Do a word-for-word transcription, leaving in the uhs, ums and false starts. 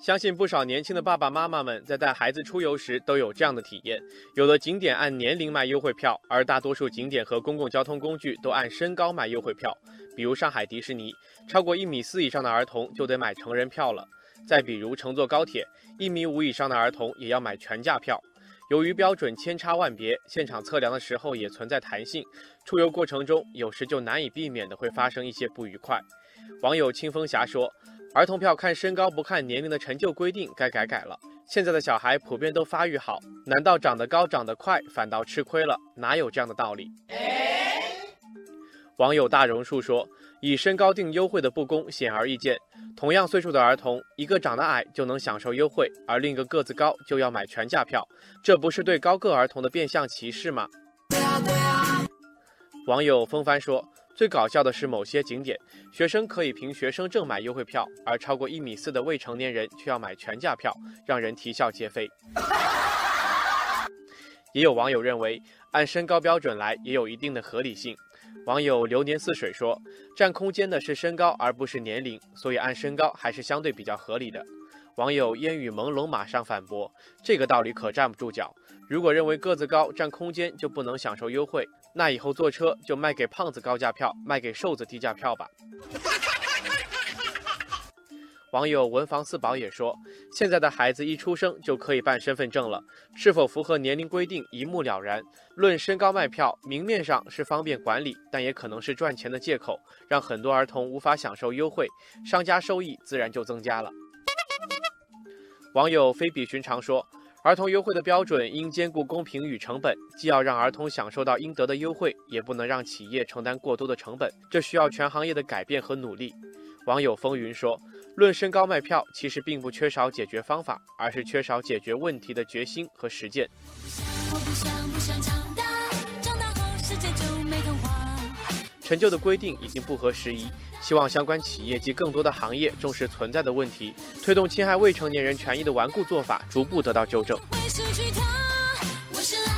相信不少年轻的爸爸妈妈们在带孩子出游时都有这样的体验。有的景点按年龄卖优惠票，而大多数景点和公共交通工具都按身高卖优惠票。比如上海迪士尼，超过一米四以上的儿童就得买成人票了。再比如乘坐高铁，一米五以上的儿童也要买全价票。由于标准千差万别，现场测量的时候也存在弹性，出游过程中有时就难以避免的会发生一些不愉快。网友清风侠说，儿童票看身高不看年龄的陈旧规定该改改了。现在的小孩普遍都发育好，难道长得高长得快反倒吃亏了？哪有这样的道理？网友大榕树说，以身高定优惠的不公显而易见，同样岁数的儿童，一个长得矮就能享受优惠，而另一个个子高就要买全价票，这不是对高个儿童的变相歧视吗？网友风帆说，最搞笑的是某些景点，学生可以凭学生证买优惠票，而超过一米四的未成年人却要买全价票，让人啼笑皆非。也有网友认为，按身高标准来也有一定的合理性。网友流年似水说，占空间的是身高而不是年龄，所以按身高还是相对比较合理的。网友烟雨朦胧马上反驳，这个道理可站不住脚。如果认为个子高占空间就不能享受优惠，那以后坐车就卖给胖子高价票，卖给瘦子低价票吧。网友文房四宝也说，现在的孩子一出生就可以办身份证了，是否符合年龄规定一目了然。论身高卖票，明面上是方便管理，但也可能是赚钱的借口，让很多儿童无法享受优惠，商家收益自然就增加了。网友非比寻常说，儿童优惠的标准应兼顾公平与成本，既要让儿童享受到应得的优惠，也不能让企业承担过多的成本，这需要全行业的改变和努力。网友风云说，论身高卖票其实并不缺少解决方法，而是缺少解决问题的决心和实践。陈旧的规定已经不合时宜，希望相关企业及更多的行业重视存在的问题，推动侵害未成年人权益的顽固做法逐步得到纠正。